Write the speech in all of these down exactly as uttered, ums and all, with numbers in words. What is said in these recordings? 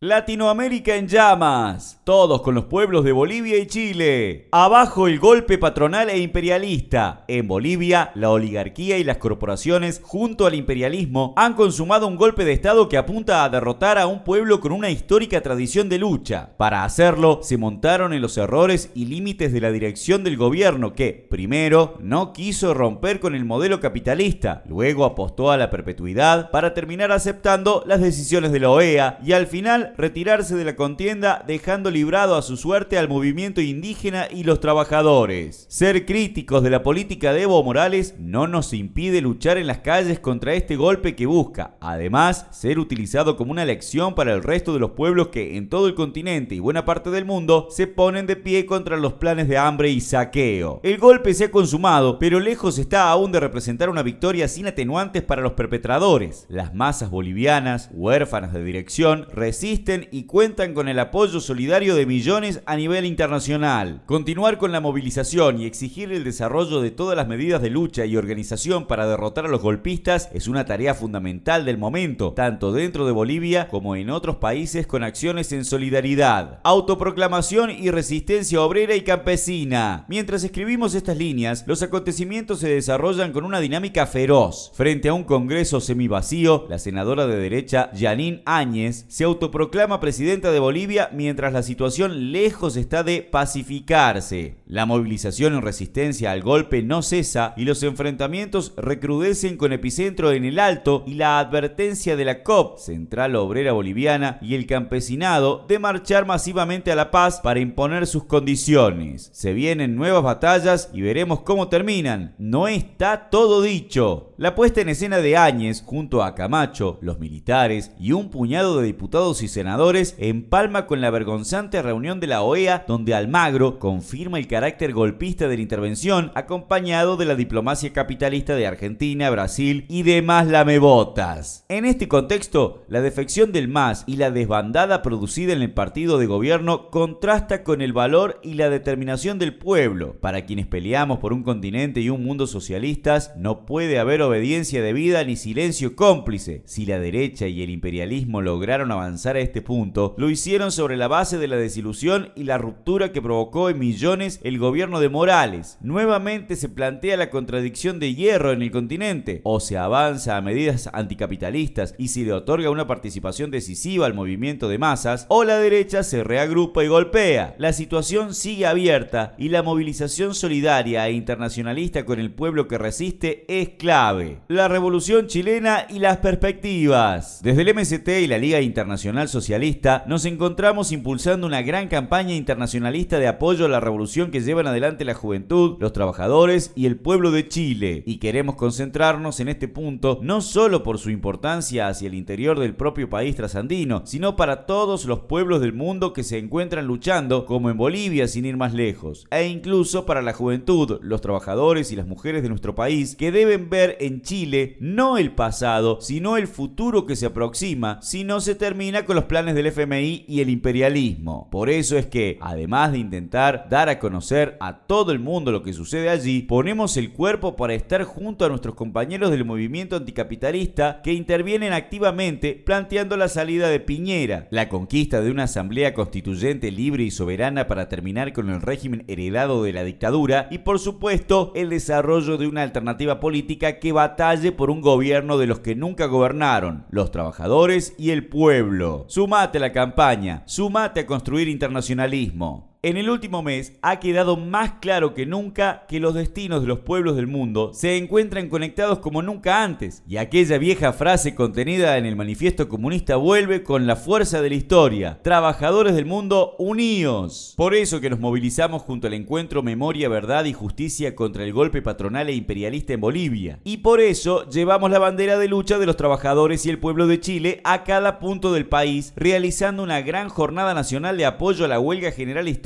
Latinoamérica en llamas, todos con los pueblos de Bolivia y Chile. Abajo el golpe patronal e imperialista. En Bolivia, la oligarquía y las corporaciones, junto al imperialismo, han consumado un golpe de estado que apunta a derrotar a un pueblo con una histórica tradición de lucha. Para hacerlo, se montaron en los errores y límites de la dirección del gobierno que, primero, no quiso romper con el modelo capitalista, luego apostó a la perpetuidad para terminar aceptando las decisiones de la O E A y al final retirarse de la contienda, dejando librado a su suerte al movimiento indígena y los trabajadores. Ser críticos de la política de Evo Morales no nos impide luchar en las calles contra este golpe que busca, además, ser utilizado como una lección para el resto de los pueblos que en todo el continente y buena parte del mundo se ponen de pie contra los planes de hambre y saqueo. El golpe se ha consumado, pero lejos está aún de representar una victoria sin atenuantes para los perpetradores. Las masas bolivianas, huérfanas de dirección, resisten y cuentan con el apoyo solidario de millones a nivel internacional. Continuar con la movilización y exigir el desarrollo de todas las medidas de lucha y organización para derrotar a los golpistas es una tarea fundamental del momento, tanto dentro de Bolivia como en otros países con acciones en solidaridad. Autoproclamación y resistencia obrera y campesina. Mientras escribimos estas líneas, los acontecimientos se desarrollan con una dinámica feroz. Frente a un congreso semivacío, la senadora de derecha Jeanine Áñez se autoproclama presidenta de Bolivia mientras la situación lejos está de pacificarse. La movilización en resistencia al golpe no cesa y los enfrentamientos recrudecen con epicentro en el Alto y la advertencia de la C O P, Central Obrera Boliviana, y el campesinado de marchar masivamente a La Paz para imponer sus condiciones. Se vienen nuevas batallas y veremos cómo terminan. No está todo dicho. La puesta en escena de Áñez junto a Camacho, los militares y un puñado de diputados y senadores empalma con la vergonzante reunión de la O E A donde Almagro confirma el carácter golpista de la intervención acompañado de la diplomacia capitalista de Argentina, Brasil y demás lamebotas. En este contexto, la defección del M A S y la desbandada producida en el partido de gobierno contrasta con el valor y la determinación del pueblo. Para quienes peleamos por un continente y un mundo socialistas, no puede haber obediencia debida ni silencio cómplice. Si la derecha y el imperialismo lograron avanzar a este punto, lo hicieron sobre la base de la desilusión y la ruptura que provocó en millones el gobierno de Morales. Nuevamente se plantea la contradicción de hierro en el continente: o se avanza a medidas anticapitalistas y se le otorga una participación decisiva al movimiento de masas, o la derecha se reagrupa y golpea. La situación sigue abierta y la movilización solidaria e internacionalista con el pueblo que resiste es clave. La revolución chilena y las perspectivas. Desde el M S T y la Liga Internacional Socialista nos encontramos impulsando una gran campaña internacionalista de apoyo a la revolución que llevan adelante la juventud, los trabajadores y el pueblo de Chile. Y queremos concentrarnos en este punto no solo por su importancia hacia el interior del propio país trasandino, sino para todos los pueblos del mundo que se encuentran luchando, como en Bolivia sin ir más lejos, e incluso para la juventud, los trabajadores y las mujeres de nuestro país que deben ver en Chile no el pasado, sino el futuro que se aproxima si no se termina con los planes del F M I y el imperialismo. Por eso es que, además de intentar dar a conocer a todo el mundo lo que sucede allí, ponemos el cuerpo para estar junto a nuestros compañeros del movimiento anticapitalista que intervienen activamente planteando la salida de Piñera, la conquista de una asamblea constituyente libre y soberana para terminar con el régimen heredado de la dictadura y, por supuesto, el desarrollo de una alternativa política que batalle por un gobierno de los que nunca gobernaron, los trabajadores y el pueblo. Sumate a la campaña, sumate a construir internacionalismo. En el último mes ha quedado más claro que nunca que los destinos de los pueblos del mundo se encuentran conectados como nunca antes, y aquella vieja frase contenida en el manifiesto comunista vuelve con la fuerza de la historia: trabajadores del mundo, uníos. Por eso que nos movilizamos junto al encuentro Memoria, Verdad y Justicia contra el golpe patronal e imperialista en Bolivia, y por eso llevamos la bandera de lucha de los trabajadores y el pueblo de Chile a cada punto del país, realizando una gran jornada nacional de apoyo a la huelga general histórica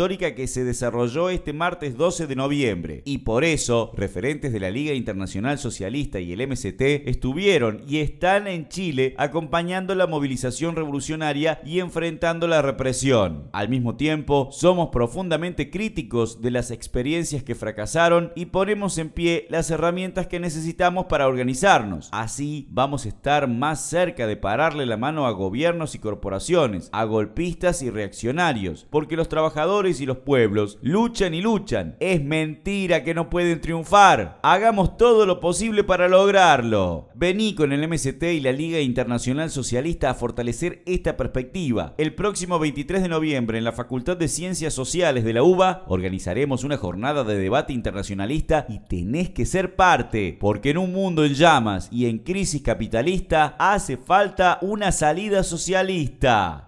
histórica que se desarrolló este martes doce de noviembre. Y por eso, referentes de la Liga Internacional Socialista y el M S T estuvieron y están en Chile acompañando la movilización revolucionaria y enfrentando la represión. Al mismo tiempo, somos profundamente críticos de las experiencias que fracasaron y ponemos en pie las herramientas que necesitamos para organizarnos. Así vamos a estar más cerca de pararle la mano a gobiernos y corporaciones, a golpistas y reaccionarios, porque los trabajadores y los pueblos luchan y luchan. Es mentira que no pueden triunfar. Hagamos todo lo posible para lograrlo. Vení con el M S T y la Liga Internacional Socialista a fortalecer esta perspectiva. El próximo veintitrés de noviembre en la Facultad de Ciencias Sociales de la U B A organizaremos una jornada de debate internacionalista y tenés que ser parte, porque en un mundo en llamas y en crisis capitalista hace falta una salida socialista.